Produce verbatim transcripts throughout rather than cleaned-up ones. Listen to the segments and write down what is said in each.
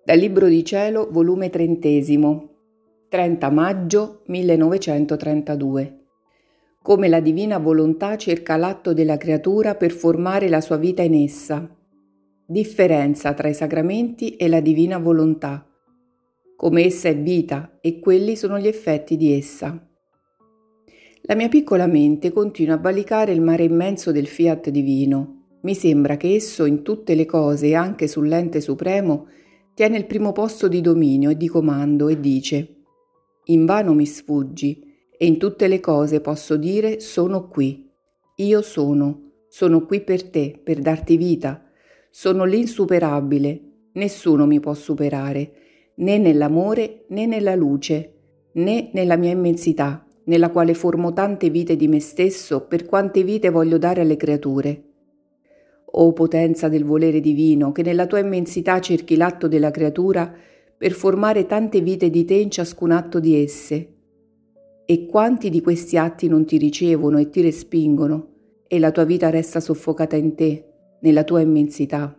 Dal Libro di Cielo, volume trentesimo, trenta maggio millenovecentotrentadue. Come la divina volontà cerca l'atto della creatura per formare la sua vita in essa. Differenza tra i sacramenti e la divina volontà. Come essa è vita e quelli sono gli effetti di essa. La mia piccola mente continua a valicare il mare immenso del fiat divino. Mi sembra che esso in tutte le cose e anche sull'ente supremo tiene il primo posto di dominio e di comando e dice: invano mi sfuggi e in tutte le cose posso dire sono qui. Io sono, sono qui per te, per darti vita. Sono l'insuperabile, nessuno mi può superare, né nell'amore né nella luce, né nella mia immensità, nella quale formo tante vite di me stesso per quante vite voglio dare alle creature. O potenza del volere divino, che nella tua immensità cerchi l'atto della creatura per formare tante vite di te in ciascun atto di esse. E quanti di questi atti non ti ricevono e ti respingono, e la tua vita resta soffocata in te, nella tua immensità.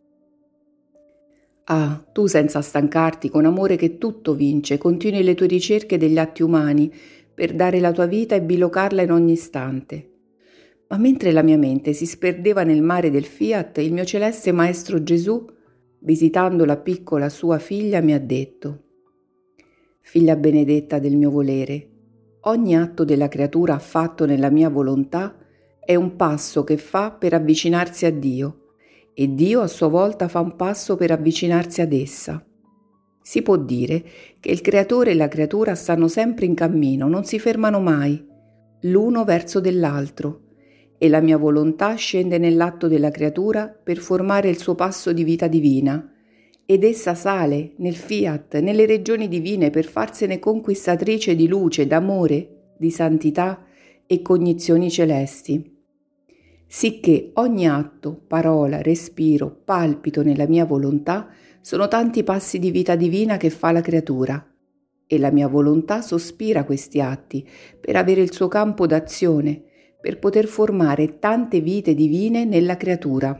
Ah, tu senza stancarti, con amore che tutto vince, continui le tue ricerche degli atti umani per dare la tua vita e bilocarla in ogni istante. Ma mentre la mia mente si sperdeva nel mare del fiat, il mio celeste Maestro Gesù, visitando la piccola sua figlia, mi ha detto: figlia benedetta del mio volere, ogni atto della creatura fatto nella mia volontà è un passo che fa per avvicinarsi a Dio, e Dio a sua volta fa un passo per avvicinarsi ad essa. Si può dire che il creatore e la creatura stanno sempre in cammino, non si fermano mai, l'uno verso dell'altro, e la mia volontà scende nell'atto della creatura per formare il suo passo di vita divina, ed essa sale nel fiat, nelle regioni divine per farsene conquistatrice di luce, d'amore, di santità e cognizioni celesti. Sicché ogni atto, parola, respiro, palpito nella mia volontà sono tanti passi di vita divina che fa la creatura, e la mia volontà sospira questi atti per avere il suo campo d'azione, per poter formare tante vite divine nella creatura.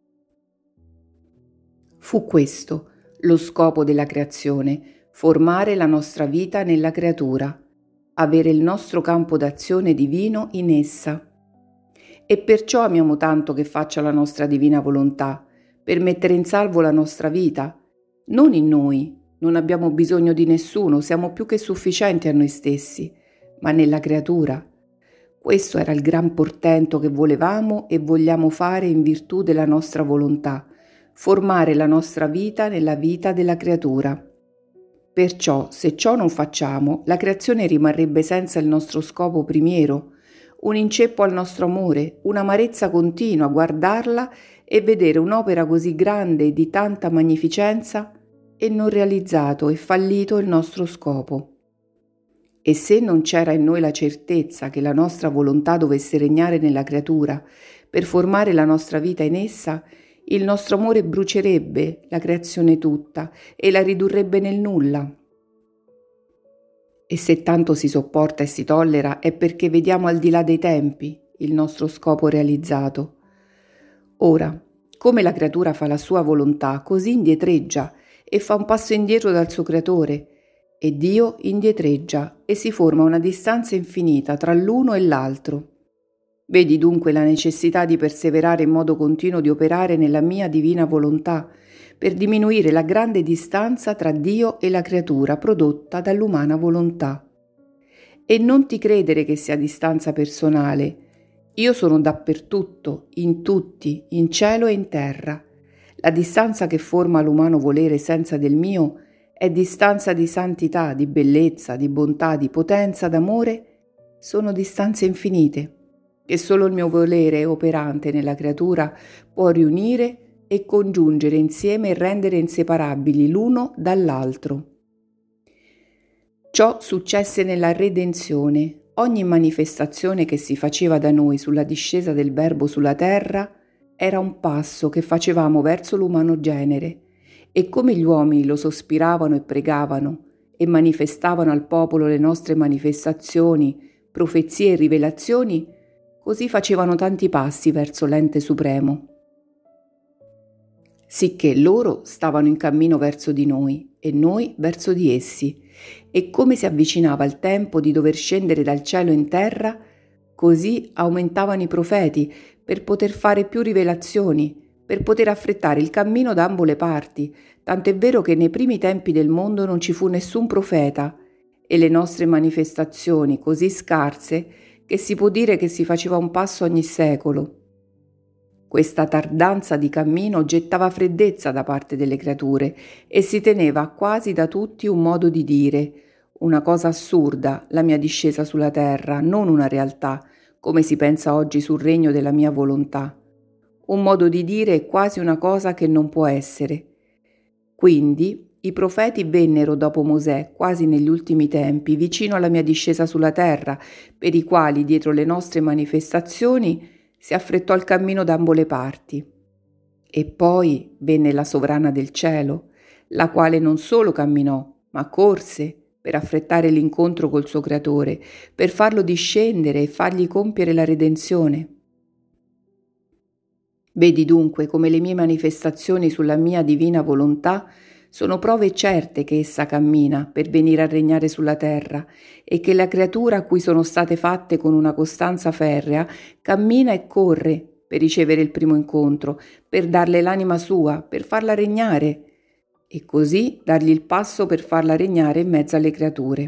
Fu questo lo scopo della creazione, formare la nostra vita nella creatura, avere il nostro campo d'azione divino in essa. E perciò amiamo tanto che faccia la nostra divina volontà, per mettere in salvo la nostra vita, non in noi, non abbiamo bisogno di nessuno, siamo più che sufficienti a noi stessi, ma nella creatura. Questo era il gran portento che volevamo e vogliamo fare in virtù della nostra volontà, formare la nostra vita nella vita della creatura. Perciò, se ciò non facciamo, la creazione rimarrebbe senza il nostro scopo primiero, un inceppo al nostro amore, un'amarezza continua a guardarla e vedere un'opera così grande e di tanta magnificenza e non realizzato e fallito il nostro scopo. E se non c'era in noi la certezza che la nostra volontà dovesse regnare nella creatura per formare la nostra vita in essa, il nostro amore brucerebbe la creazione tutta e la ridurrebbe nel nulla. E se tanto si sopporta e si tollera è perché vediamo al di là dei tempi il nostro scopo realizzato. Ora, come la creatura fa la sua volontà, così indietreggia e fa un passo indietro dal suo creatore, e Dio indietreggia e si forma una distanza infinita tra l'uno e l'altro. Vedi dunque la necessità di perseverare in modo continuo di operare nella mia divina volontà per diminuire la grande distanza tra Dio e la creatura prodotta dall'umana volontà. E non ti credere che sia distanza personale. Io sono dappertutto, in tutti, in cielo e in terra. La distanza che forma l'umano volere senza del mio è distanza di santità, di bellezza, di bontà, di potenza, d'amore, sono distanze infinite, che solo il mio volere operante nella creatura può riunire e congiungere insieme e rendere inseparabili l'uno dall'altro. Ciò successe nella redenzione. Ogni manifestazione che si faceva da noi sulla discesa del Verbo sulla terra era un passo che facevamo verso l'umano genere, e come gli uomini lo sospiravano e pregavano e manifestavano al popolo le nostre manifestazioni, profezie e rivelazioni, così facevano tanti passi verso l'ente supremo. sicché loro stavano in cammino verso di noi e noi verso di essi, e come si avvicinava il tempo di dover scendere dal cielo in terra, così aumentavano i profeti per poter fare più rivelazioni, per poter affrettare il cammino da ambo le parti, tanto è vero che nei primi tempi del mondo non ci fu nessun profeta, e le nostre manifestazioni così scarse che si può dire che si faceva un passo ogni secolo. Questa tardanza di cammino gettava freddezza da parte delle creature e si teneva quasi da tutti un modo di dire, una cosa assurda, la mia discesa sulla terra, non una realtà, come si pensa oggi sul regno della mia volontà. Un modo di dire è quasi una cosa che non può essere. Quindi i profeti vennero dopo Mosè, quasi negli ultimi tempi, vicino alla mia discesa sulla terra, per i quali, dietro le nostre manifestazioni, si affrettò il cammino da ambo le parti. E poi venne la sovrana del cielo, la quale non solo camminò, ma corse per affrettare l'incontro col suo creatore, per farlo discendere e fargli compiere la redenzione. Vedi dunque come le mie manifestazioni sulla mia divina volontà sono prove certe che essa cammina per venire a regnare sulla terra e che la creatura a cui sono state fatte con una costanza ferrea cammina e corre per ricevere il primo incontro, per darle l'anima sua, per farla regnare e così dargli il passo per farla regnare in mezzo alle creature.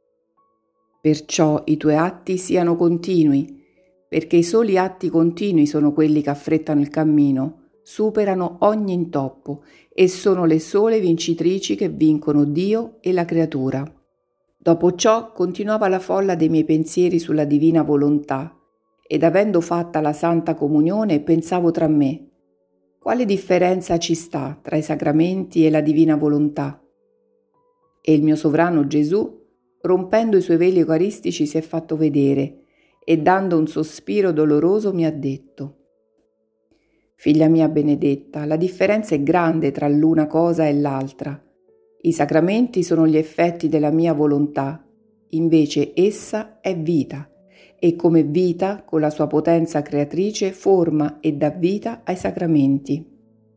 Perciò i tuoi atti siano continui, perché i soli atti continui sono quelli che affrettano il cammino, superano ogni intoppo e sono le sole vincitrici che vincono Dio e la creatura. Dopo ciò continuava la folla dei miei pensieri sulla divina volontà ed avendo fatta la Santa Comunione pensavo tra me, quale differenza ci sta tra i sacramenti e la divina volontà? E il mio sovrano Gesù, rompendo i suoi veli eucaristici, si è fatto vedere e dando un sospiro doloroso mi ha detto: «Figlia mia benedetta, la differenza è grande tra l'una cosa e l'altra. I sacramenti sono gli effetti della mia volontà, invece essa è vita, e come vita, con la sua potenza creatrice, forma e dà vita ai sacramenti.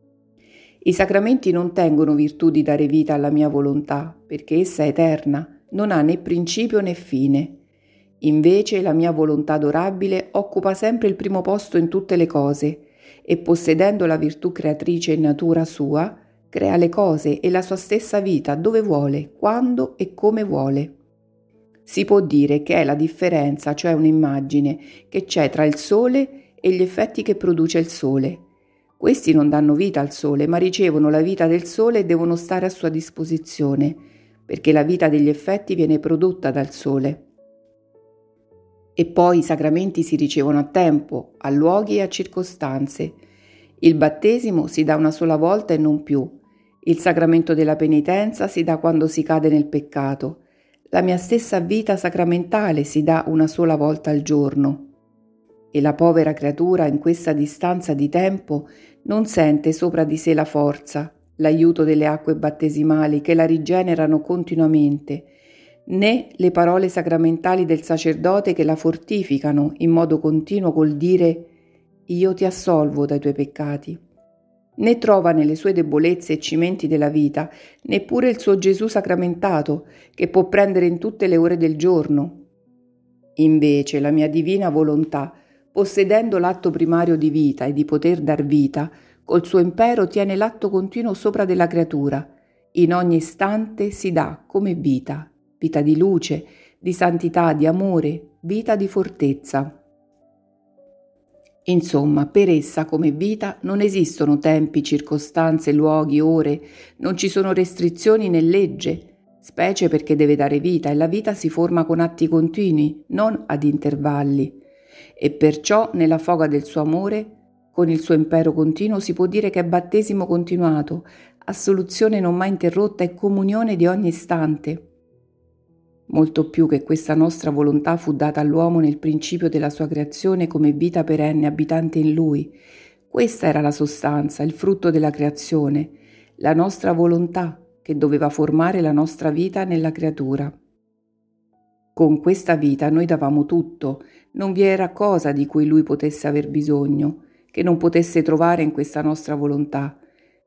I sacramenti non tengono virtù di dare vita alla mia volontà, perché essa è eterna, non ha né principio né fine. Invece la mia volontà adorabile occupa sempre il primo posto in tutte le cose e possedendo la virtù creatrice in natura sua, crea le cose e la sua stessa vita dove vuole, quando e come vuole. Si può dire che è la differenza, cioè un'immagine, che c'è tra il Sole e gli effetti che produce il Sole. Questi non danno vita al Sole, ma ricevono la vita del Sole e devono stare a sua disposizione, perché la vita degli effetti viene prodotta dal Sole. E poi i sacramenti si ricevono a tempo, a luoghi e a circostanze. Il battesimo si dà una sola volta e non più. Il sacramento della penitenza si dà quando si cade nel peccato. La mia stessa vita sacramentale si dà una sola volta al giorno. E la povera creatura in questa distanza di tempo non sente sopra di sé la forza, l'aiuto delle acque battesimali che la rigenerano continuamente, né le parole sacramentali del sacerdote che la fortificano in modo continuo col dire «Io ti assolvo dai tuoi peccati». Né trova nelle sue debolezze e cimenti della vita neppure il suo Gesù sacramentato che può prendere in tutte le ore del giorno. Invece la mia divina volontà, possedendo l'atto primario di vita e di poter dar vita, col suo impero tiene l'atto continuo sopra della creatura. In ogni istante si dà come vita, vita di luce, di santità, di amore, vita di fortezza. Insomma, per essa come vita non esistono tempi, circostanze, luoghi, ore, non ci sono restrizioni né legge, specie perché deve dare vita e la vita si forma con atti continui, non ad intervalli. E perciò nella foga del suo amore, con il suo impero continuo, si può dire che è battesimo continuato, assoluzione non mai interrotta e comunione di ogni istante. Molto più che questa nostra volontà fu data all'uomo nel principio della sua creazione come vita perenne abitante in lui. Questa era la sostanza, il frutto della creazione, la nostra volontà che doveva formare la nostra vita nella creatura. Con questa vita noi davamo tutto, non vi era cosa di cui lui potesse aver bisogno, che non potesse trovare in questa nostra volontà.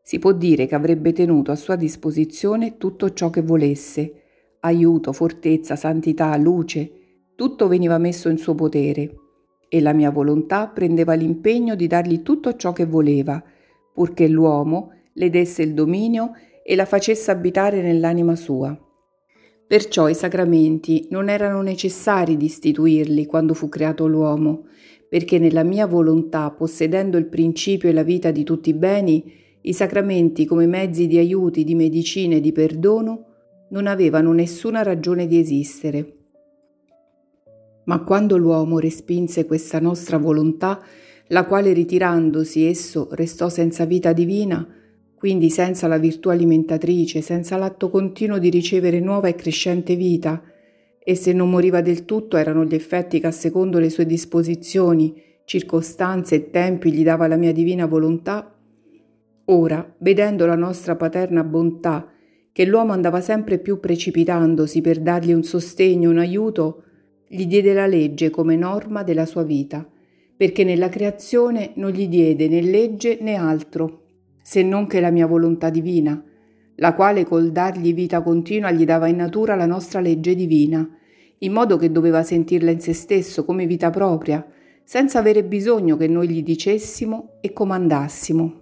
Si può dire che avrebbe tenuto a sua disposizione tutto ciò che volesse, aiuto, fortezza, santità, luce, tutto veniva messo in suo potere, e la mia volontà prendeva l'impegno di dargli tutto ciò che voleva, purché l'uomo le desse il dominio e la facesse abitare nell'anima sua. Perciò i sacramenti non erano necessari di istituirli quando fu creato l'uomo, perché nella mia volontà, possedendo il principio e la vita di tutti i beni, i sacramenti come mezzi di aiuti, di medicina e di perdono non avevano nessuna ragione di esistere. Ma quando l'uomo respinse questa nostra volontà, la quale ritirandosi esso restò senza vita divina, quindi senza la virtù alimentatrice, senza l'atto continuo di ricevere nuova e crescente vita, e se non moriva del tutto erano gli effetti che a secondo le sue disposizioni, circostanze e tempi gli dava la mia divina volontà, ora, vedendo la nostra paterna bontà, che l'uomo andava sempre più precipitandosi per dargli un sostegno, un aiuto, gli diede la legge come norma della sua vita, perché nella creazione non gli diede né legge né altro, se non che la mia volontà divina, la quale col dargli vita continua gli dava in natura la nostra legge divina, in modo che doveva sentirla in se stesso come vita propria, senza avere bisogno che noi gli dicessimo e comandassimo.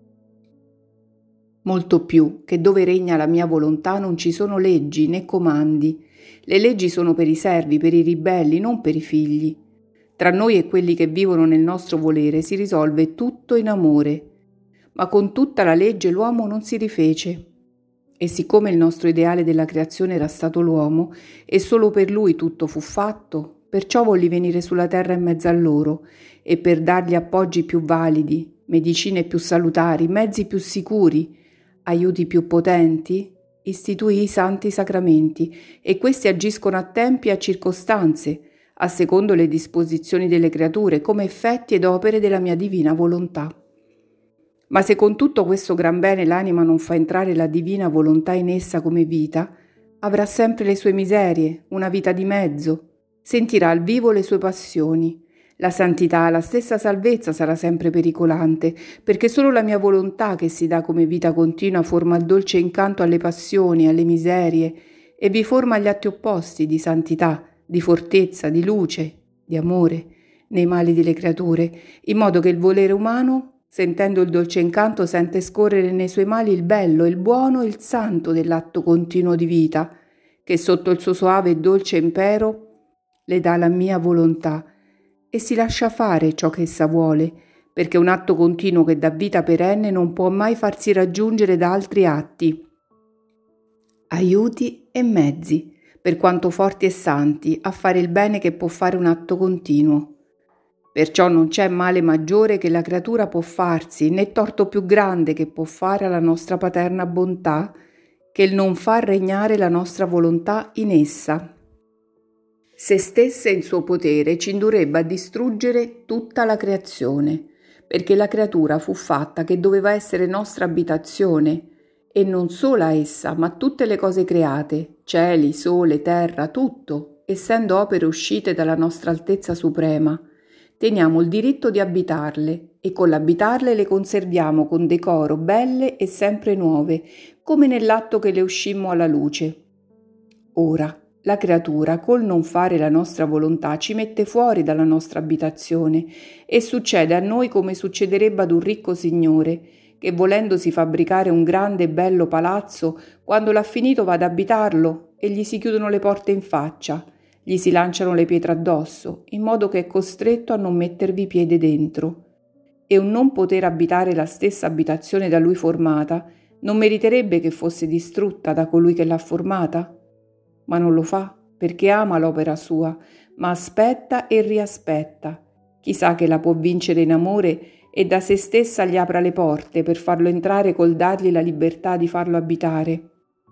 Molto più che dove regna la mia volontà non ci sono leggi né comandi. Le leggi sono per i servi, per i ribelli, non per i figli. Tra noi e quelli che vivono nel nostro volere si risolve tutto in amore. Ma con tutta la legge l'uomo non si rifece. E siccome il nostro ideale della creazione era stato l'uomo, e solo per lui tutto fu fatto, perciò volli venire sulla terra in mezzo a loro, e per dargli appoggi più validi, medicine più salutari, mezzi più sicuri, aiuti più potenti, istituì i santi sacramenti, e questi agiscono a tempi e a circostanze, a secondo le disposizioni delle creature, come effetti ed opere della mia divina volontà. Ma se con tutto questo gran bene l'anima non fa entrare la divina volontà in essa come vita, avrà sempre le sue miserie, una vita di mezzo, sentirà al vivo le sue passioni. La santità, la stessa salvezza sarà sempre pericolante, perché solo la mia volontà che si dà come vita continua forma il dolce incanto alle passioni, alle miserie, e vi forma gli atti opposti di santità, di fortezza, di luce, di amore, nei mali delle creature, in modo che il volere umano, sentendo il dolce incanto, sente scorrere nei suoi mali il bello, il buono, il santo dell'atto continuo di vita, che sotto il suo soave e dolce impero le dà la mia volontà, e si lascia fare ciò che essa vuole, perché un atto continuo che dà vita perenne non può mai farsi raggiungere da altri atti, aiuti e mezzi, per quanto forti e santi, a fare il bene che può fare un atto continuo. Perciò non c'è male maggiore che la creatura può farsi, né torto più grande che può fare alla nostra paterna bontà, che il non far regnare la nostra volontà in essa. Se stesse in suo potere ci indurrebbe a distruggere tutta la creazione, perché la creatura fu fatta che doveva essere nostra abitazione, e non sola essa, ma tutte le cose create, cieli, sole, terra, tutto, essendo opere uscite dalla nostra altezza suprema, teniamo il diritto di abitarle, e con l'abitarle le conserviamo con decoro, belle e sempre nuove, come nell'atto che le uscimmo alla luce. Ora, la creatura, col non fare la nostra volontà, ci mette fuori dalla nostra abitazione, e succede a noi come succederebbe ad un ricco signore, che volendosi fabbricare un grande e bello palazzo, quando l'ha finito va ad abitarlo, e gli si chiudono le porte in faccia, gli si lanciano le pietre addosso, in modo che è costretto a non mettervi piede dentro. E un non poter abitare la stessa abitazione da lui formata non meriterebbe che fosse distrutta da colui che l'ha formata? Ma non lo fa, perché ama l'opera sua, ma aspetta e riaspetta. Chissà che la può vincere in amore e da se stessa gli apra le porte per farlo entrare col dargli la libertà di farlo abitare.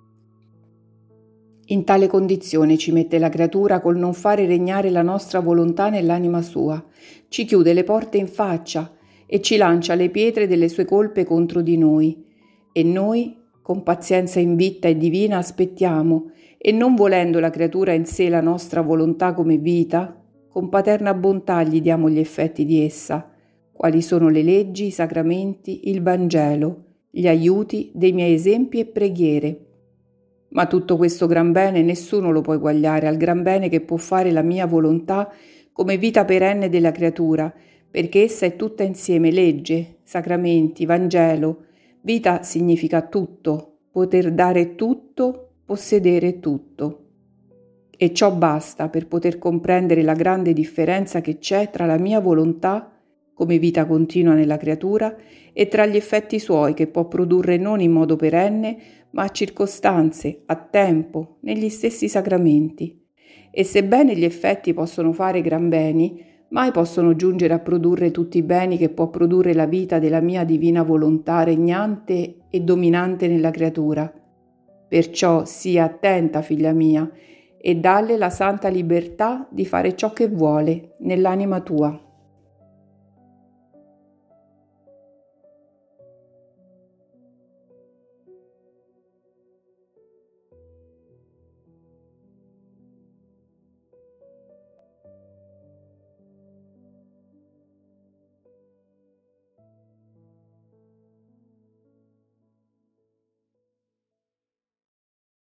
In tale condizione ci mette la creatura col non fare regnare la nostra volontà nell'anima sua, ci chiude le porte in faccia e ci lancia le pietre delle sue colpe contro di noi. E noi, con pazienza invitta e divina, aspettiamo, e non volendo la creatura in sé la nostra volontà come vita, con paterna bontà gli diamo gli effetti di essa, quali sono le leggi, i sacramenti, il Vangelo, gli aiuti dei miei esempi e preghiere. Ma tutto questo gran bene nessuno lo può eguagliare al gran bene che può fare la mia volontà come vita perenne della creatura, perché essa è tutta insieme legge, sacramenti, Vangelo. Vita significa tutto, poter dare tutto, possedere tutto. E ciò basta per poter comprendere la grande differenza che c'è tra la mia volontà, come vita continua nella creatura, e tra gli effetti suoi che può produrre non in modo perenne, ma a circostanze, a tempo, negli stessi sacramenti. E sebbene gli effetti possono fare gran beni, mai possono giungere a produrre tutti i beni che può produrre la vita della mia divina volontà regnante e dominante nella creatura. Perciò sii attenta, figlia mia, e dalle la santa libertà di fare ciò che vuole nell'anima tua.